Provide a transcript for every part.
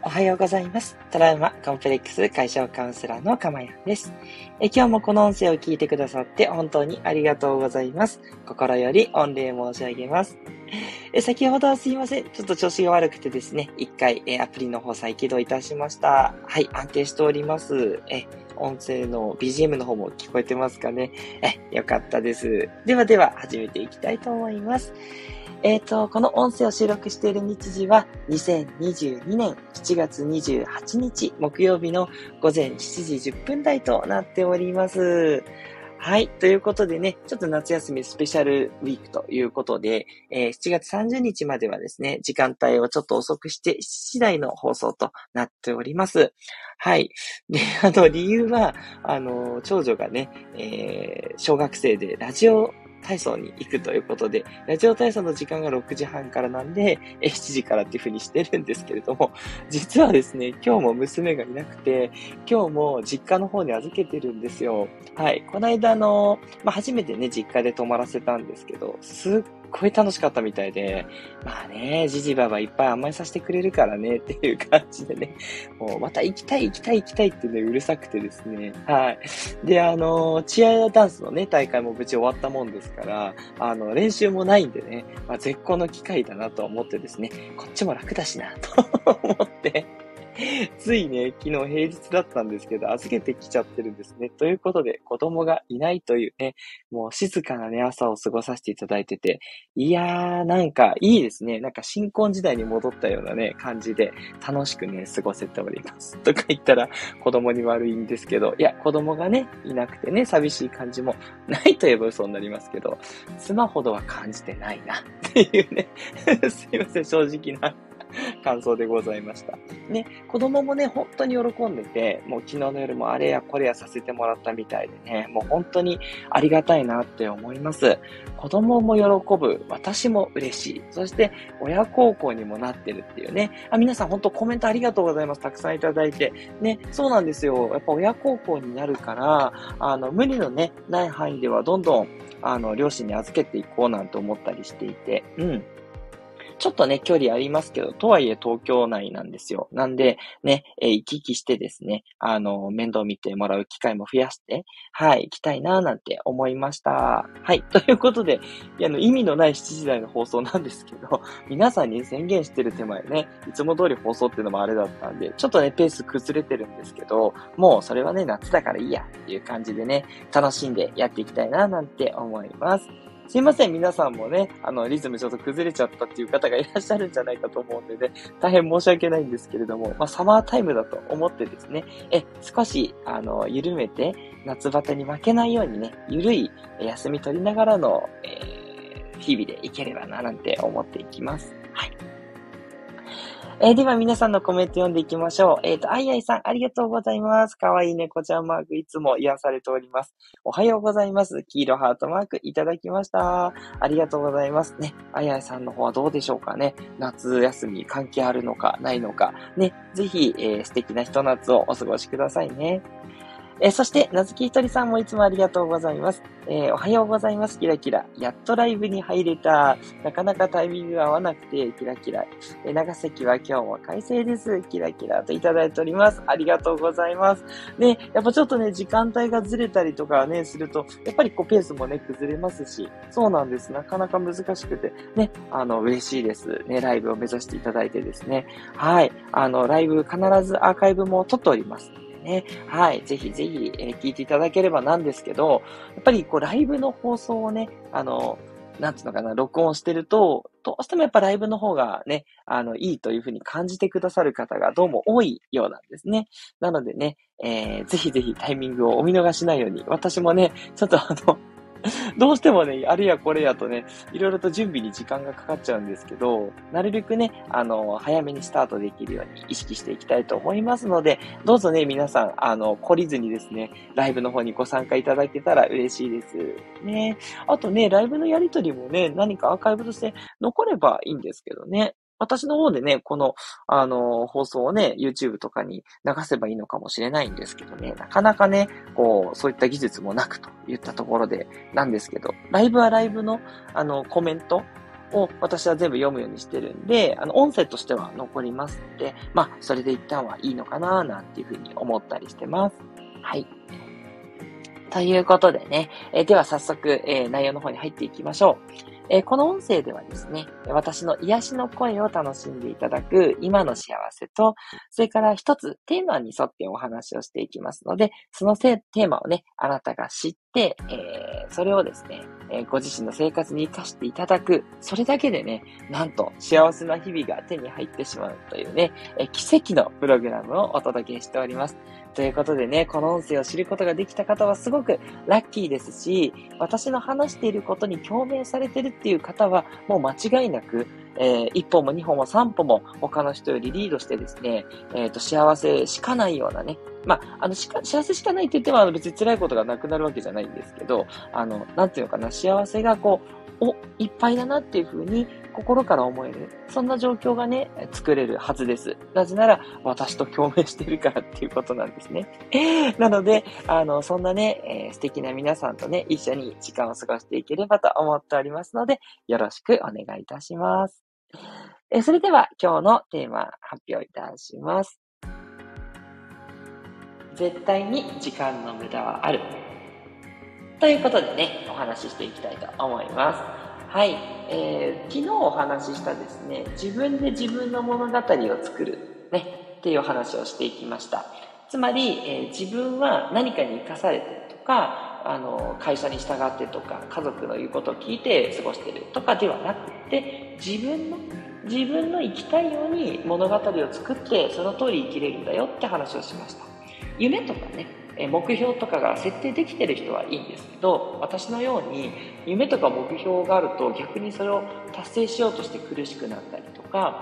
おはようございます。トラウマコンプレックス解消カウンセラーのかまやんです。今日もこの音声を聞いてくださって本当にありがとうございます。心より御礼申し上げます。先ほどはすいません。ちょっと調子が悪くてですね、一回、アプリの方再起動いたしました。はい、安定しております。音声の BGM の方も聞こえてますかね。よかったです。では始めていきたいと思います。この音声を収録している日時は2022年7月28日木曜日の午前7時10分台となっております。はい。ということでね、ちょっと夏休みスペシャルウィークということで、7月30日まではですね、時間帯をちょっと遅くして7時台の放送となっております。はい。で、理由は、長女がね、小学生でラジオ体操に行くということで、ラジオ体操の時間が6時半からなんで、7時からっていう風にしてるんですけれども、実はですね、今日も娘がいなくて、今日も実家の方に預けてるんですよ。はい。この間初めてね、実家で泊まらせたんですけど、すっごい楽しかったみたいで、まあね、じじばばいっぱい甘えさせてくれるからね、っていう感じでね、もうまた行きたいってね、うるさくてですね、はい。で、チアダンスのね、大会も無事終わったもんですから、練習もないんでね、絶好の機会だなと思ってですね、こっちも楽だしな、と思って、ついね、昨日平日だったんですけど、預けてきちゃってるんですね。ということで、子供がいないというね、もう静かなね、朝を過ごさせていただいてて、いやー、なんかいいですね。なんか新婚時代に戻ったようなね、感じで、楽しくね、過ごせております。とか言ったら、子供に悪いんですけど、いや、子供がね、いなくてね、寂しい感じもないといえば嘘になりますけど、妻ほどは感じてないな、っていうね、すいません、正直な感想でございました。ね、子供もね、本当に喜んでて、もう昨日の夜もあれやこれやさせてもらったみたいでね、もう本当にありがたいなって思います。子供も喜ぶ、私も嬉しい。そして親孝行にもなってるっていうね。皆さん本当コメントありがとうございます。たくさんいただいて。ね、そうなんですよ。やっぱ親孝行になるから、無理のね、ない範囲ではどんどん、両親に預けていこうなんて思ったりしていて、ちょっとね、距離ありますけど、とはいえ東京内なんですよ。なんで、ね、行き来してですね、面倒見てもらう機会も増やして、はい、行きたいななんて思いました。はい、ということで、意味のない7時台の放送なんですけど、皆さんに宣言してる手前ね、いつも通り放送っていうのもあれだったんで、ちょっとね、ペース崩れてるんですけど、もうそれはね、夏だからいいやっていう感じでね、楽しんでやっていきたいななんて思います。すいません、皆さんもね、リズムちょっと崩れちゃったっていう方がいらっしゃるんじゃないかと思うんでね、大変申し訳ないんですけれども、サマータイムだと思ってですね、少し、緩めて、夏バテに負けないようにね、ゆるい休み取りながらの、日々でいければな、なんて思っていきます。はい。では皆さんのコメント読んでいきましょう。あいあいさん、ありがとうございます。かわいい猫ちゃんマーク、いつも癒されております。おはようございます。黄色ハートマークいただきました。ありがとうございます。ね、あいあいさんの方はどうでしょうかね。夏休み関係あるのか、ないのか。ね、ぜひ、素敵なひと夏をお過ごしくださいね。そして、なずきひとりさんもいつもありがとうございます。おはようございます。キラキラ。やっとライブに入れた。なかなかタイミングが合わなくて、キラキラ。長崎は今日も快晴です。キラキラといただいております。ありがとうございます。ね、やっぱちょっとね、時間帯がずれたりとかね、すると、やっぱりペースもね、崩れますし、そうなんです。なかなか難しくて、ね、嬉しいです。ね、ライブを目指していただいてですね。はい。ライブ必ずアーカイブも撮っております。ね。はい。ぜひぜひ、聞いていただければなんですけど、やっぱりライブの放送をね、なんつうのかな、録音してると、どうしてもやっぱライブの方がね、いいというふうに感じてくださる方がどうも多いようなんですね。なのでね、ぜひぜひタイミングをお見逃しないように、私もね、ちょっとどうしてもね、あれやこれやとね、いろいろと準備に時間がかかっちゃうんですけど、なるべくね、早めにスタートできるように意識していきたいと思いますので、どうぞね、皆さん、懲りずにですね、ライブの方にご参加いただけたら嬉しいです。ね。あとね、ライブのやりとりもね、何かアーカイブとして残ればいいんですけどね。私の方でね、この、放送をね、YouTube とかに流せばいいのかもしれないんですけどね、なかなかね、そういった技術もなくといったところでなんですけど、ライブはライブの、コメントを私は全部読むようにしてるんで、音声としては残りますので、それで一旦はいいのかななんていうふうに思ったりしてます。はい。ということでね、では早速、内容の方に入っていきましょう。この音声ではですね、私の癒しの声を楽しんでいただく今の幸せと、それから一つテーマに沿ってお話をしていきますので、そのテーマをね、あなたが知って、それをですね、ご自身の生活に活かしていただく、それだけでね、なんと幸せな日々が手に入ってしまうというね、奇跡のプログラムをお届けしております。ということでね、この音声を知ることができた方はすごくラッキーですし、私の話していることに共鳴されてるっていう方は、もう間違いなく、1歩も2歩も3歩も他の人よりリードしてですね、幸せしかないようなね、幸せしかないって言っても別に辛いことがなくなるわけじゃないんですけど、なんていうのかな、幸せがいっぱいだなっていう風に心から思える。そんな状況がね、作れるはずです。なぜなら、私と共鳴しているからっていうことなんですね。なので、そんなね、素敵な皆さんとね、一緒に時間を過ごしていければと思っておりますので、よろしくお願いいたします。それでは、今日のテーマ発表いたします。絶対に時間の無駄はある。ということでね、お話ししていきたいと思います。はい、昨日お話ししたですね、自分で自分の物語を作る、ね、っていう話をしていきました。つまり、自分は何かに生かされてとか、会社に従ってとか、家族の言うことを聞いて過ごしてるとかではなくて、自分の生きたいように物語を作って、その通り生きれるんだよって話をしました。夢とかね、目標とかが設定できてる人はいいんですけど、私のように夢とか目標があると逆にそれを達成しようとして苦しくなったりとか、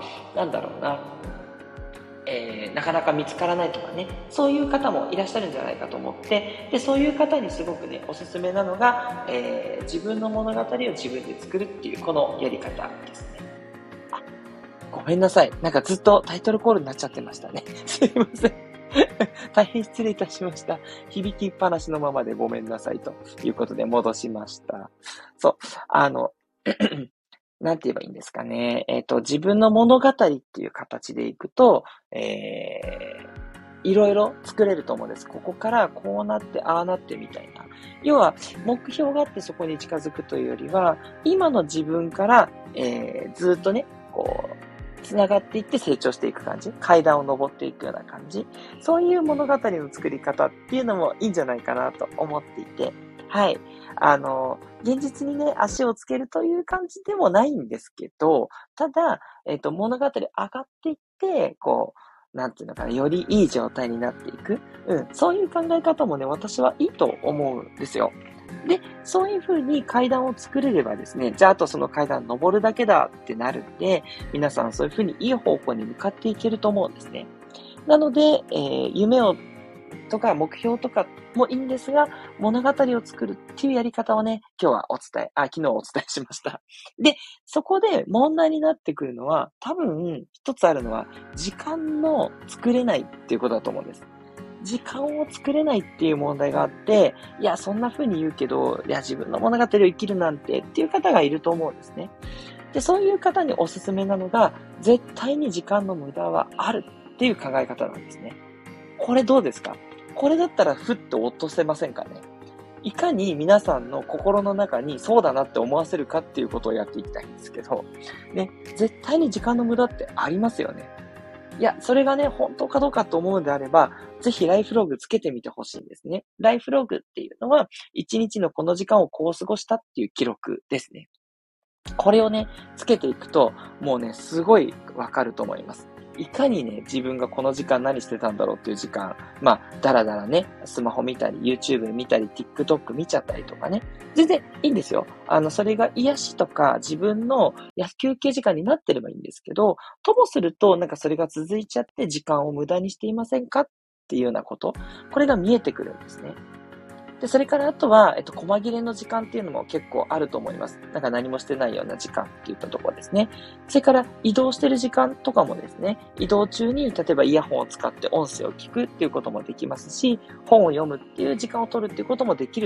なかなか見つからないとかね、そういう方もいらっしゃるんじゃないかと思って、でそういう方にすごくねおすすめなのが、自分の物語を自分で作るっていうこのやり方ですね。ごめんなさい、なんかずっとタイトルコールになっちゃってましたね。すいません。大変失礼いたしました。響きっぱなしのままでごめんなさいということで戻しました。そう、なんて言えばいいんですかね。自分の物語っていう形でいくと、いろいろ作れると思うんです。ここからこうなって、ああなってみたいな。要は、目標があってそこに近づくというよりは、今の自分から、ずっとね、繋がっていって成長していく感じ。階段を登っていくような感じ。そういう物語の作り方っていうのもいいんじゃないかなと思っていて。はい。現実にね、足をつけるという感じでもないんですけど、ただ、物語上がっていって、なんていうのかな、よりいい状態になっていく。そういう考え方もね、私はいいと思うんですよ。で、そういう風に階段を作れればですね、じゃああとその階段登るだけだってなるんで、皆さんそういう風にいい方向に向かっていけると思うんですね。なので、夢とか目標とかもいいんですが、物語を作るっていうやり方をね、昨日お伝えしました。で、そこで問題になってくるのは、多分一つあるのは、時間の作れないっていうことだと思うんです。時間を作れないっていう問題があって、いや、そんな風に言うけど、いや、自分の物語を生きるなんてっていう方がいると思うんですね。で、そういう方におすすめなのが、絶対に時間の無駄はあるっていう考え方なんですね。これどうですか？これだったらふっと落とせませんかね？いかに皆さんの心の中にそうだなって思わせるかっていうことをやっていきたいんですけど、ね、絶対に時間の無駄ってありますよね。いや、それがね、本当かどうかと思うのであれば、ぜひライフログつけてみてほしいんですね。ライフログっていうのは、一日のこの時間をこう過ごしたっていう記録ですね。これをね、つけていくと、もうね、すごいわかると思います。いかにね、自分がこの時間何してたんだろうっていう時間、だらだらね、スマホ見たり、YouTube 見たり、TikTok 見ちゃったりとかね、全然いいんですよ。それが癒しとか自分の休憩時間になってればいいんですけど、ともすると、なんかそれが続いちゃって時間を無駄にしていませんかっていうようなこと、これが見えてくるんですね。で、それからあとは、細切れの時間っていうのも結構あると思います。なんか何もしてないような時間っていったところですね。それから移動してる時間とかもですね、移動中に例えばイヤホンを使って音声を聞くっていうこともできますし、本を読むっていう時間を取るっていうこともできると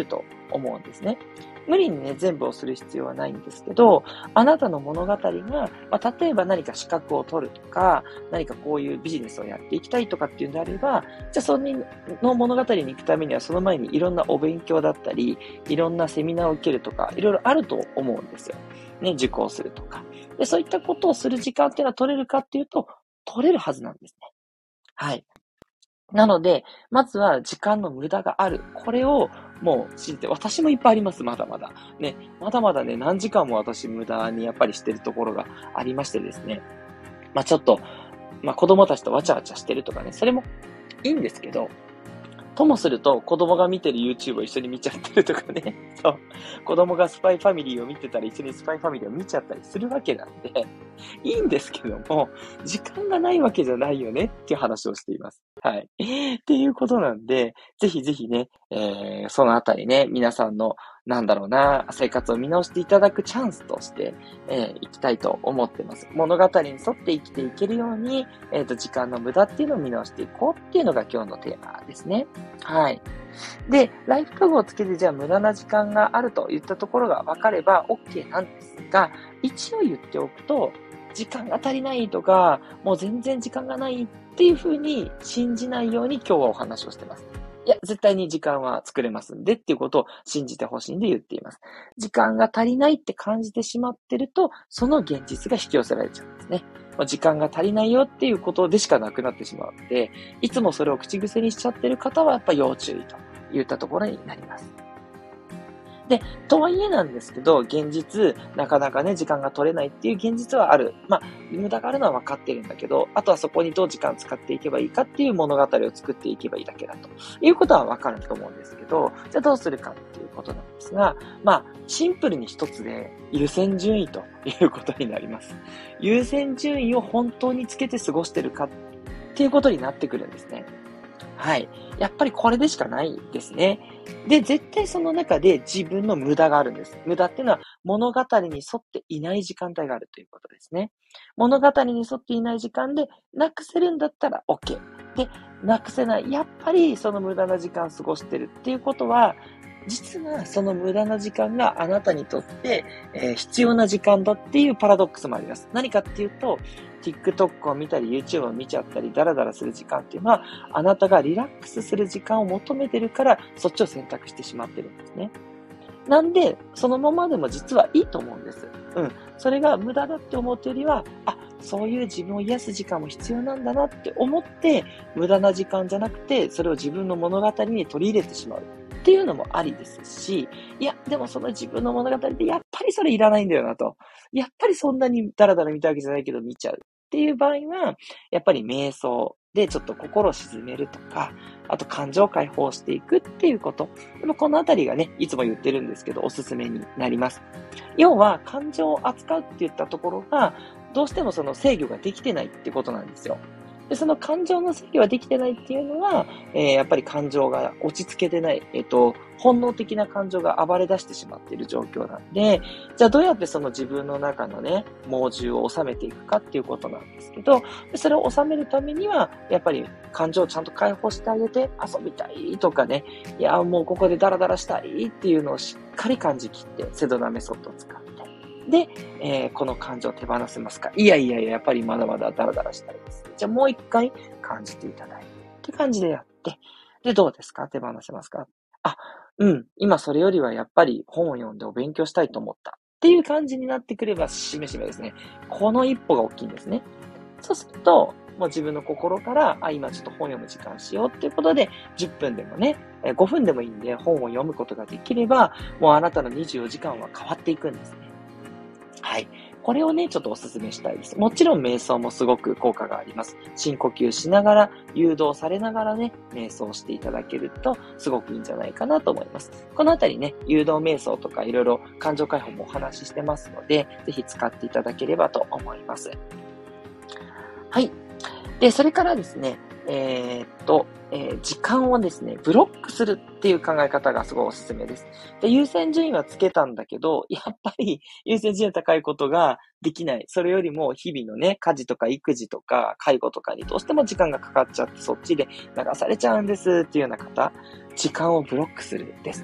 思うんですね。無理にね、全部をする必要はないんですけど、あなたの物語が、例えば何か資格を取るとか、何かこういうビジネスをやっていきたいとかっていうんであれば、じゃあその物語に行くためにはその前にいろんなお勉強だったり、いろんなセミナーを受けるとか、いろいろあると思うんですよ。ね、受講するとか。で、そういったことをする時間っていうのは取れるかっていうと、取れるはずなんですね。はい。なので、まずは時間の無駄がある。これをもう知って、私もいっぱいあります、まだまだ。ね、まだまだね、何時間も私無駄にやっぱりしてるところがありましてですね。ちょっと、子供たちとわちゃわちゃしてるとかね、それもいいんですけど、ともすると子供が見てる YouTube を一緒に見ちゃってるとかね。そう。子供がスパイファミリーを見てたら一緒にスパイファミリーを見ちゃったりするわけなんで、いいんですけども、時間がないわけじゃないよねっていう話をしています。はい。っていうことなんで、ぜひぜひね、そのあたりね、皆さんの、生活を見直していただくチャンスとして、いきたいと思ってます。物語に沿って生きていけるように、時間の無駄っていうのを見直していこうっていうのが今日のテーマですね。はい。で、ライフタグをつけてじゃあ無駄な時間があるといったところが分かれば OK なんですが、一応言っておくと、時間が足りないとか、もう全然時間がないっていう風に信じないように今日はお話をしてます。いや、絶対に時間は作れますんでっていうことを信じてほしいんで言っています。時間が足りないって感じてしまってると、その現実が引き寄せられちゃうんですね。時間が足りないよっていうことでしかなくなってしまうので、いつもそれを口癖にしちゃってる方はやっぱ要注意といったところになります。で、とはいえなんですけど、現実、なかなかね、時間が取れないっていう現実はある。無駄があるのは分かってるんだけど、あとはそこにどう時間使っていけばいいかっていう物語を作っていけばいいだけだということは分かると思うんですけど、じゃあどうするかっていうことなんですが、シンプルに一つで優先順位ということになります。優先順位を本当につけて過ごしてるかっていうことになってくるんですね。はい。やっぱりこれでしかないですね。で、絶対その中で自分の無駄があるんです。無駄っていうのは物語に沿っていない時間帯があるということですね。物語に沿っていない時間でなくせるんだったら OK。で、なくせない。やっぱりその無駄な時間過ごしてるっていうことは、実はその無駄な時間があなたにとって、必要な時間だっていうパラドックスもあります。何かっていうと、TikTok を見たり YouTube を見ちゃったりダラダラする時間っていうのは、あなたがリラックスする時間を求めてるから、そっちを選択してしまってるんですね。なんで、そのままでも実はいいと思うんです。それが無駄だって思うというよりは、そういう自分を癒す時間も必要なんだなって思って、無駄な時間じゃなくて、それを自分の物語に取り入れてしまうっていうのもありですし、いや、でもその自分の物語でやっぱりそれいらないんだよなと。やっぱりそんなにダラダラ見たわけじゃないけど見ちゃうっていう場合は、やっぱり瞑想でちょっと心を沈めるとか、あと感情を解放していくっていうこと。でもこのあたりがね、いつも言ってるんですけど、おすすめになります。要は、感情を扱うって言ったところが、どうしてもその制御ができてないってことなんですよ。で、その感情の制御ができてないっていうのは、やっぱり感情が落ち着けてない、本能的な感情が暴れ出してしまっている状況なんで、じゃあどうやってその自分の中のね、猛獣を収めていくかっていうことなんですけど、それを収めるためには、やっぱり感情をちゃんと解放してあげて、遊びたいとかね、いや、もうここでダラダラしたいっていうのをしっかり感じきって、セドナメソッドを使って。で、この感情を手放せますか？いやいやいや、やっぱりまだまだダラダラしたいです。じゃあもう一回感じていただいてって感じでやって、で、どうですか？手放せますか？今それよりはやっぱり本を読んでお勉強したいと思ったっていう感じになってくれば、しめしめですね。この一歩が大きいんですね。そうすると、もう自分の心から、今ちょっと本読む時間しようっていうことで、10分でもね、5分でもいいんで本を読むことができれば、もうあなたの24時間は変わっていくんですね。はい。これをね、ちょっとお勧めしたいです。もちろん瞑想もすごく効果があります。深呼吸しながら、誘導されながらね、瞑想していただけると、すごくいいんじゃないかなと思います。このあたりね、誘導瞑想とかいろいろ感情解放もお話ししてますので、ぜひ使っていただければと思います。はい。で、それからですね、時間をですね、ブロックするっていう考え方がすごいおすすめです。で、優先順位はつけたんだけど、やっぱり優先順位が高いことができない。それよりも日々のね、家事とか育児とか介護とかにどうしても時間がかかっちゃって、そっちで流されちゃうんですっていうような方、時間をブロックするですね。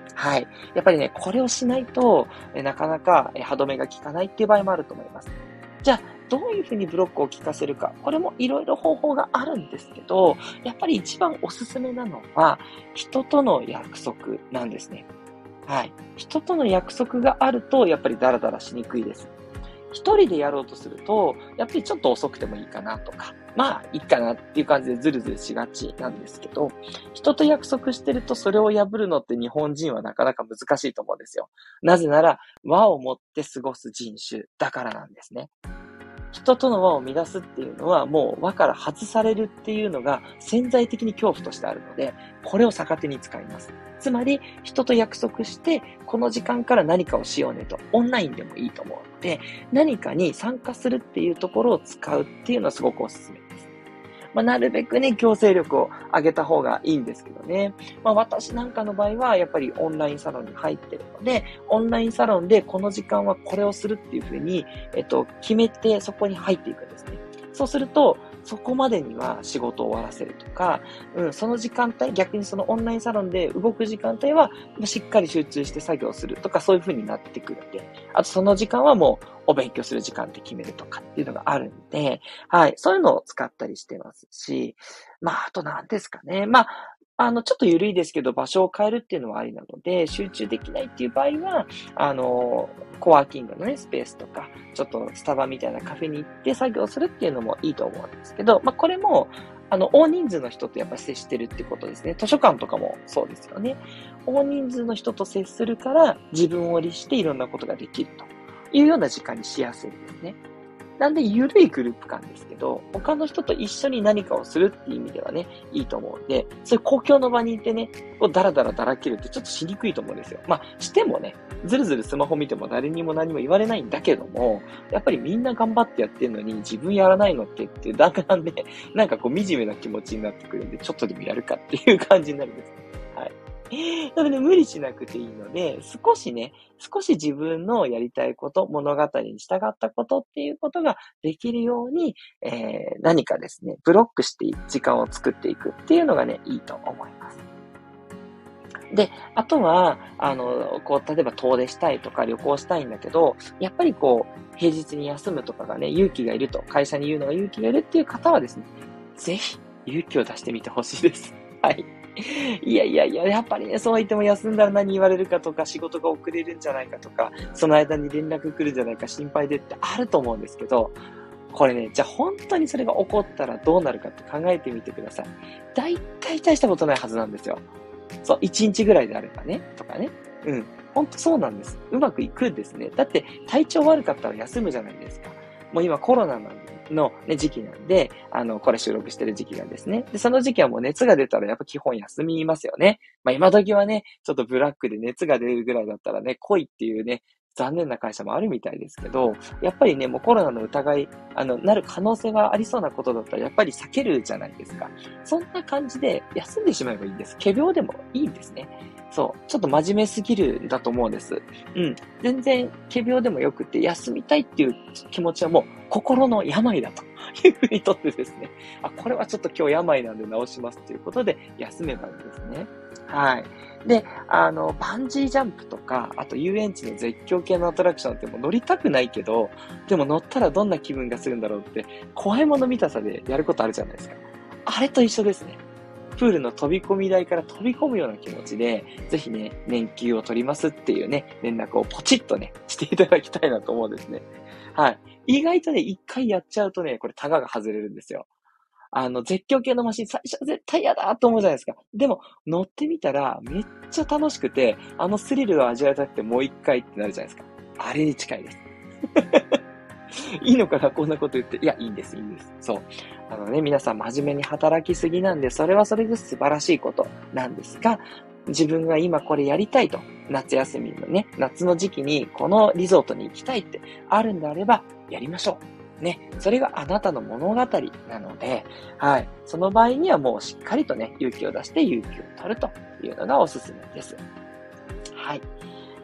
はい。やっぱりね、これをしないと、なかなか歯止めが効かないっていう場合もあると思います。じゃあ、どういうふうにブロックを効かせるか。これもいろいろ方法があるんですけど、やっぱり一番おすすめなのは、人との約束なんですね。はい。人との約束があると、やっぱりダラダラしにくいです。一人でやろうとすると、やっぱりちょっと遅くてもいいかなとか、まあ、いいかなっていう感じでズルズルしがちなんですけど、人と約束してるとそれを破るのって日本人はなかなか難しいと思うんですよ。なぜなら、和をもって過ごす人種だからなんですね。人との輪を乱すっていうのは、もう輪から外されるっていうのが潜在的に恐怖としてあるので、これを逆手に使います。つまり、人と約束して、この時間から何かをしようねと、オンラインでもいいと思うので、何かに参加するっていうところを使うっていうのはすごくおすすめです。なるべくね、強制力を上げた方がいいんですけどね。私なんかの場合は、やっぱりオンラインサロンに入ってるので、オンラインサロンでこの時間はこれをするっていうふうに、決めてそこに入っていくんですね。そうすると、そこまでには仕事を終わらせるとか、その時間帯、逆にそのオンラインサロンで動く時間帯は、しっかり集中して作業するとか、そういう風になってくるんで、あとその時間はもうお勉強する時間って決めるとかっていうのがあるんで、はい、そういうのを使ったりしてますし、あと何ですかね。ちょっと緩いですけど、場所を変えるっていうのはありなので、集中できないっていう場合は、コワーキングのね、スペースとか、ちょっとスタバみたいなカフェに行って作業するっていうのもいいと思うんですけど、これも、大人数の人とやっぱ接してるってことですね。図書館とかもそうですよね。大人数の人と接するから、自分を律していろんなことができるというような時間にしやすいんですね。なんで、ゆるいグループ感ですけど、他の人と一緒に何かをするっていう意味ではね、いいと思うんで、そういう公共の場にいてね、ダラダラだらけるってちょっとしにくいと思うんですよ。してもね、ずるずるスマホ見ても誰にも何も言われないんだけども、やっぱりみんな頑張ってやってるのに自分やらないのっていうだけなんで、なんかこう惨めな気持ちになってくるんで、ちょっとでもやるかっていう感じになるんですね。はい。なので無理しなくていいので、少し自分のやりたいこと、物語に従ったことっていうことができるように、何かですね、ブロックして時間を作っていくっていうのがね、いいと思います。で、あとは、例えば遠出したいとか旅行したいんだけど、やっぱり平日に休むとかがね、勇気がいると、会社に言うのが勇気がいるっていう方はですね、ぜひ勇気を出してみてほしいです。はい。いやいやいや、やっぱりね、そう言っても休んだら何言われるかとか、仕事が遅れるんじゃないかとか、その間に連絡来るんじゃないか心配でってあると思うんですけど、これね、じゃあ本当にそれが起こったらどうなるかって考えてみてください。大体大したことないはずなんですよ。そう、1日ぐらいであればね、とかね。ほんとそうなんです。うまくいくんですね。だって体調悪かったら休むじゃないですか。もう今コロナのね、時期なんで、これ収録してる時期がですね。で、その時期はもう熱が出たらやっぱ基本休みますよね。今時はね、ちょっとブラックで熱が出るぐらいだったらね、来いっていうね、残念な会社もあるみたいですけど、やっぱりね、もうコロナの疑い、なる可能性がありそうなことだったら、やっぱり避けるじゃないですか。そんな感じで休んでしまえばいいんです。仮病でもいいんですね。そう。ちょっと真面目すぎるんだと思うんです。全然、仮病でもよくて、休みたいっていう気持ちはもう心の病だというふうにとってですね。これはちょっと今日病なんで治しますということで、休めばいいんですね。はい。で、バンジージャンプとか、あと遊園地の絶叫系のアトラクションってもう乗りたくないけど、でも乗ったらどんな気分がするんだろうって、怖いもの見たさでやることあるじゃないですか。あれと一緒ですね。プールの飛び込み台から飛び込むような気持ちで、ぜひね、年休を取りますっていうね、連絡をポチッとね、していただきたいなと思うんですね。はい。意外とね、一回やっちゃうとね、これタガが外れるんですよ。絶叫系のマシン、最初は絶対嫌だと思うじゃないですか。でも、乗ってみたら、めっちゃ楽しくて、スリルを味わいたくてもう一回ってなるじゃないですか。あれに近いです。いいのかなこんなこと言って。いや、いいんです、いいんです。そう。皆さん真面目に働きすぎなんで、それはそれで素晴らしいことなんですが、自分が今これやりたいと、夏休みのね、夏の時期にこのリゾートに行きたいってあるんであれば、やりましょう。ね。それがあなたの物語なので、はい。その場合にはもうしっかりとね、勇気を出して勇気を取るというのがおすすめです。はい。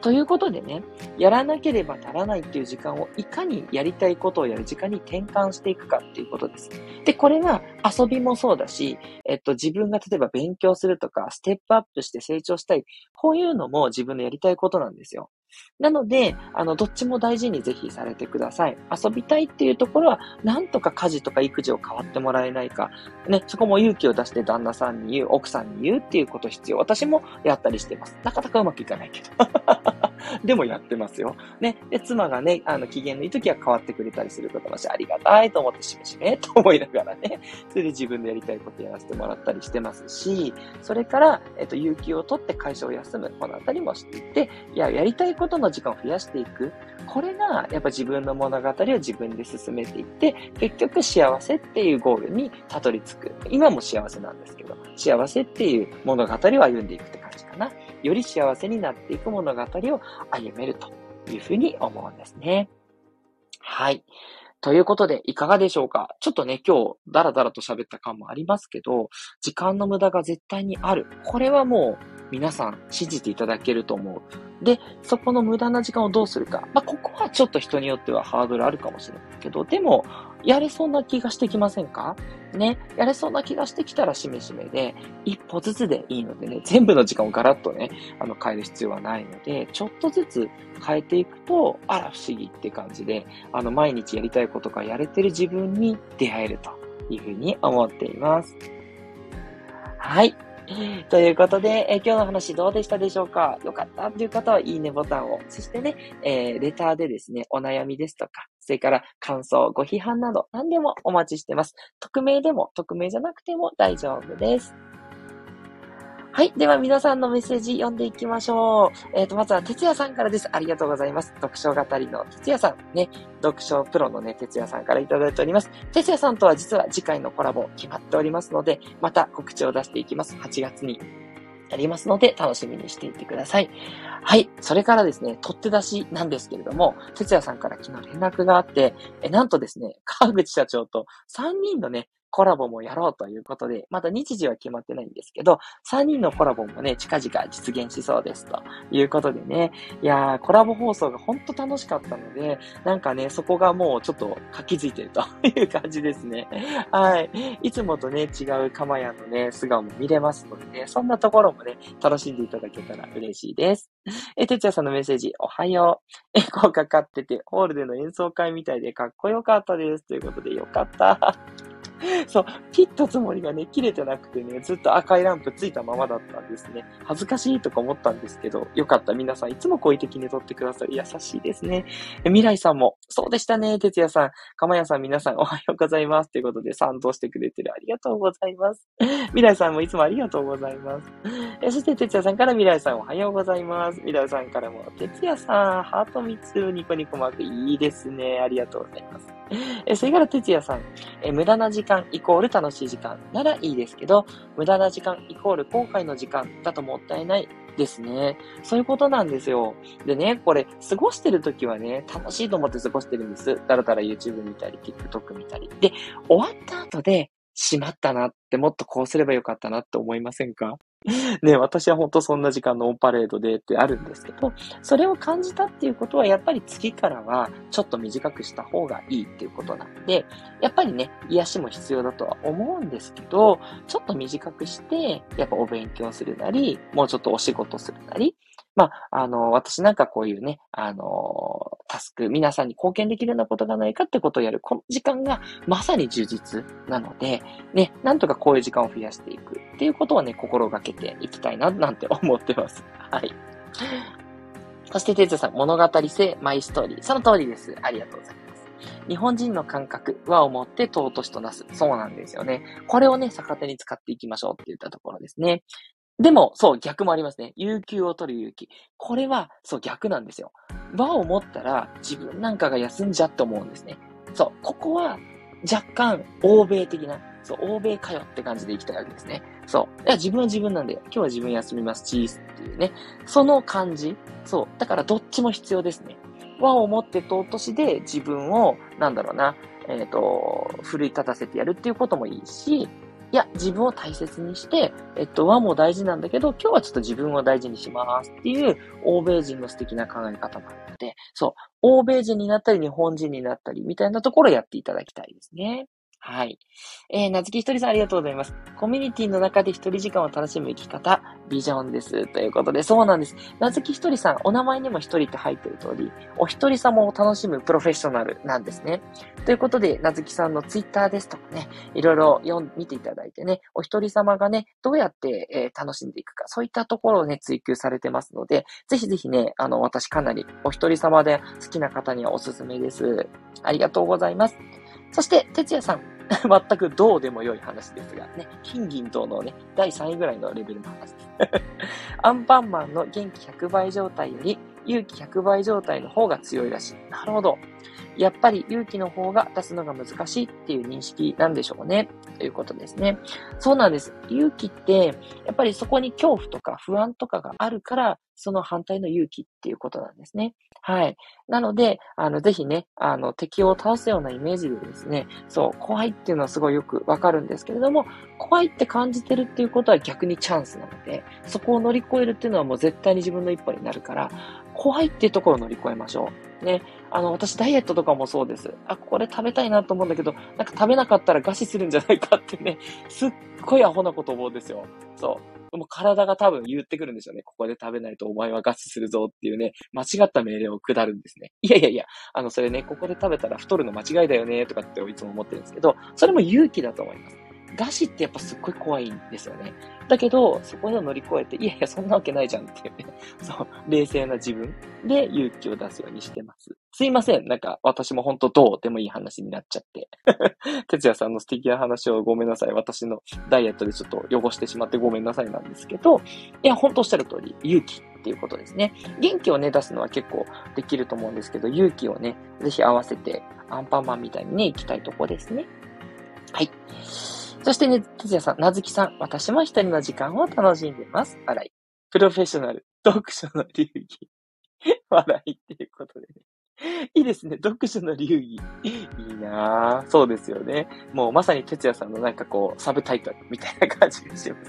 ということでね、やらなければならないっていう時間をいかにやりたいことをやる時間に転換していくかっていうことです。で、これは遊びもそうだし、自分が例えば勉強するとか、ステップアップして成長したい、こういうのも自分のやりたいことなんですよ。なので、どっちも大事にぜひされてください。遊びたいっていうところは、なんとか家事とか育児を変わってもらえないか。ね、そこも勇気を出して旦那さんに言う、奥さんに言うっていうこと必要。私もやったりしてます。なかなかうまくいかないけど。でもやってますよ。ね。で、妻がね、機嫌のいい時は変わってくれたりすることもし、ありがたいと思ってしめしめと思いながらね、それで自分でやりたいことやらせてもらったりしてますし、それから、有給を取って会社を休む、このあたりもしていって、やりたいことの時間を増やしていく。これが、やっぱ自分の物語を自分で進めていって、結局幸せっていうゴールにたどり着く。今も幸せなんですけど、幸せっていう物語を歩んでいくって感じかな。より幸せになっていく物語を歩めるというふうに思うんですね。はい。ということで、いかがでしょうか？ちょっとね、今日、だらだらと喋った感もありますけど、時間の無駄が絶対にある。これはもう、皆さん信じていただけると思う。で、そこの無駄な時間をどうするか。ここはちょっと人によってはハードルあるかもしれないけど、でも、やれそうな気がしてきませんかね。やれそうな気がしてきたらしめしめで、一歩ずつでいいのでね、全部の時間をガラッとね、変える必要はないので、ちょっとずつ変えていくと、あら不思議って感じで、毎日やりたいことがやれてる自分に出会えるというふうに思っています。はい。ということで、今日の話どうでしたでしょうか？よかったという方は、いいねボタンを。そしてね、レターでですね、お悩みですとか、それから感想、ご批判など、何でもお待ちしてます。匿名でも、匿名じゃなくても大丈夫です。はい。では皆さんのメッセージ読んでいきましょう。まずは哲也さんからです。ありがとうございます。読書語りの哲也さん。ね。読書プロのね、哲也さんからいただいております。哲也さんとは実は次回のコラボ決まっておりますので、また告知を出していきます。8月にありますので、楽しみにしていてください。はい。それからですね、取って出しなんですけれども、哲也さんから昨日連絡があって、なんとですね、川口社長と3人のね、コラボもやろうということで、まだ日時は決まってないんですけど、3人のコラボもね、近々実現しそうです。ということでね、いやー、コラボ放送が本当楽しかったので、なんかね、そこがもうちょっと活気づいてるという感じですね。はい。いつもとね、違うかまやんのね、素顔も見れますのでね、そんなところもね、楽しんでいただけたら嬉しいです。てつやさんのメッセージ、おはよう。エコーかかってて、ホールでの演奏会みたいでかっこよかったです。ということでよかった。そう、切ったつもりがね、切れてなくてね、ずっと赤いランプついたままだったんですね。恥ずかしいとか思ったんですけど、よかった。皆さんいつも好意的に撮ってくださり優しいですね。未来さんも、そうでしたね、哲也さん。かまやさん皆さんおはようございます。ということで賛同してくれてるありがとうございます。未来さんもいつもありがとうございます。そして哲也さんから未来さんおはようございます。未来さんからも、哲也さん、ハート3つニコニコマークいいですね。ありがとうございます。それから哲也さん、無駄な時間イコール楽しい時間ならいいですけど、無駄な時間イコール後悔の時間だともったいないですね。そういうことなんですよ。でね、これ、過ごしてる時はね、楽しいと思って過ごしてるんです。だらだら YouTube 見たり、TikTok 見たり。で、終わった後で、しまったなって、もっとこうすればよかったなって思いませんか？ね、私は本当そんな時間のオンパレードでってあるんですけど、それを感じたっていうことは、やっぱり次からはちょっと短くした方がいいっていうことなんで、やっぱりね、癒しも必要だとは思うんですけど、ちょっと短くして、やっぱお勉強するなり、もうちょっとお仕事するなり、私なんかこういうね、タスク、皆さんに貢献できるようなことがないかってことをやる、この時間がまさに充実なので、ね、なんとかこういう時間を増やしていくっていうことをね、心がけていきたいな、なんて思ってます。はい。そして、哲也さん、物語性、マイストーリー。その通りです。ありがとうございます。日本人の感覚はをもって尊しとなす。そうなんですよね。これをね、逆手に使っていきましょうって言ったところですね。でも、そう、逆もありますね。有給を取る勇気。これは、そう、逆なんですよ。和を持ったら、自分なんかが休んじゃって思うんですね。そう、ここは、若干、欧米的な、そう、欧米かよって感じでいきたいわけですね。そう。いや、自分は自分なんで、今日は自分休みます、チーズっていうね。その感じ。そう。だから、どっちも必要ですね。和を持って尊しで、自分を、奮い立たせてやるっていうこともいいし、 いや、自分を大切にして、和も大事なんだけど、今日はちょっと自分を大事にしますっていう、欧米人の素敵な考え方もあるので、そう、欧米人になったり、日本人になったり、みたいなところをやっていただきたいですね。はい。なつきひとりさんありがとうございます。コミュニティの中で一人時間を楽しむ生き方、ビジョンです。ということで、そうなんです。なつきひとりさん、お名前にも一人って入ってる通り、お一人様を楽しむプロフェッショナルなんですね。ということで、なつきさんのツイッターですとかね、いろいろ見ていただいてね、お一人様がね、どうやって、楽しんでいくか、そういったところをね、追求されてますので、ぜひぜひね、私かなりお一人様で好きな方にはおすすめです。ありがとうございます。そして、哲也さん。全くどうでも良い話ですが、ね、金銀銅のね、第3位ぐらいのレベルの話です。アンパンマンの元気100倍状態より、勇気100倍状態の方が強いらしい。なるほど。やっぱり勇気の方が出すのが難しいっていう認識なんでしょうね。ということですね。そうなんです。勇気って、やっぱりそこに恐怖とか不安とかがあるから、その反対の勇気っていうことなんですね。はい。なので、ぜひね、敵を倒すようなイメージでですね、そう、怖いっていうのはすごいよくわかるんですけれども、怖いって感じてるっていうことは逆にチャンスなので、そこを乗り越えるっていうのはもう絶対に自分の一歩になるから、怖いっていうところを乗り越えましょう。ね。私ダイエットとかもそうです。これ食べたいなと思うんだけど、なんか食べなかったら餓死するんじゃないかってね、すっごいアホなこと思うんですよ。そう。もう体が多分言ってくるんですよね。ここで食べないとお前は餓死するぞっていうね、間違った命令を下るんですね。いやいやいや、それね、ここで食べたら太るの間違いだよね、とかっていつも思ってるんですけど、それも勇気だと思います。餓死ってやっぱすっごい怖いんですよね。だけど、そこを乗り越えて、いやいや、そんなわけないじゃんっていうね。そう、冷静な自分で勇気を出すようにしてます。すいません。なんか、私も本当どうでもいい話になっちゃって。哲也さんの素敵な話をごめんなさい。私のダイエットでちょっと汚してしまってごめんなさいなんですけど、いや、本当おっしゃる通り、勇気っていうことですね。元気をね、出すのは結構できると思うんですけど、勇気をね、ぜひ合わせて、アンパンマンみたいにね、行きたいとこですね。はい。そしてね、哲也さん、なずきさん、私も一人の時間を楽しんでます。笑い。プロフェッショナル、読書の流儀。笑いっていうことでね。いいですね。読書の流儀。いいなぁ。そうですよね。もうまさに哲也さんのなんかこう、サブタイトルみたいな感じがします。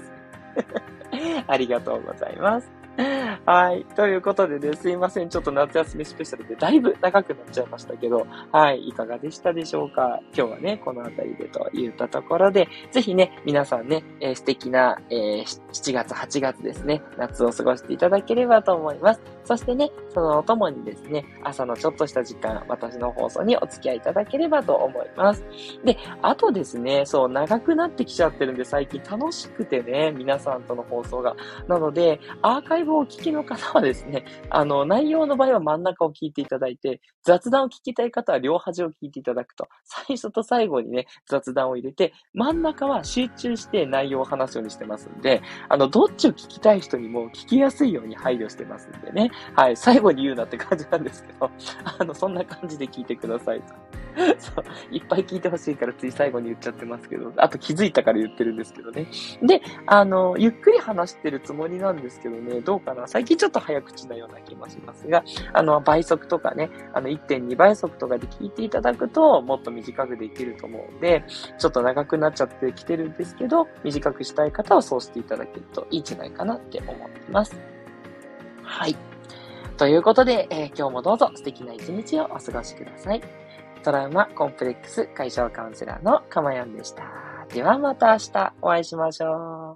ありがとうございます。はい。ということでね、すいません。ちょっと夏休みスペシャルでだいぶ長くなっちゃいましたけど、はい。いかがでしたでしょうか。今日はね、このあたりでと言ったところで、ぜひね、皆さんね、素敵な、7月、8月ですね、夏を過ごしていただければと思います。そしてね、そのおともにですね、朝のちょっとした時間、私の放送にお付き合いいただければと思います。で、あとですね、そう、長くなってきちゃってるんで、最近楽しくてね、皆さんとの放送が。なので、アーカイブをお聞きの方はですね、内容の場合は真ん中を聞いていただいて、雑談を聞きたい方は両端を聞いていただくと、最初と最後にね、雑談を入れて、真ん中は集中して内容を話すようにしてますんで、どっちを聞きたい人にも聞きやすいように配慮してますんでね。はい、最後に言うなって感じなんですけど、そんな感じで聞いてくださいと。そう、いっぱい聞いてほしいからつい最後に言っちゃってますけど、あと気づいたから言ってるんですけどね。で、ゆっくり話してるつもりなんですけどね、どうかな最近ちょっと早口なような気もしますが、倍速とかね、1.2 倍速とかで聞いていただくと、もっと短くできると思うんで、ちょっと長くなっちゃってきてるんですけど、短くしたい方はそうしていただけるといいんじゃないかなって思ってます。はい。ということで、今日もどうぞ素敵な一日をお過ごしください。トラウマコンプレックス解消カウンセラーのかまやんでした。ではまた明日お会いしましょう。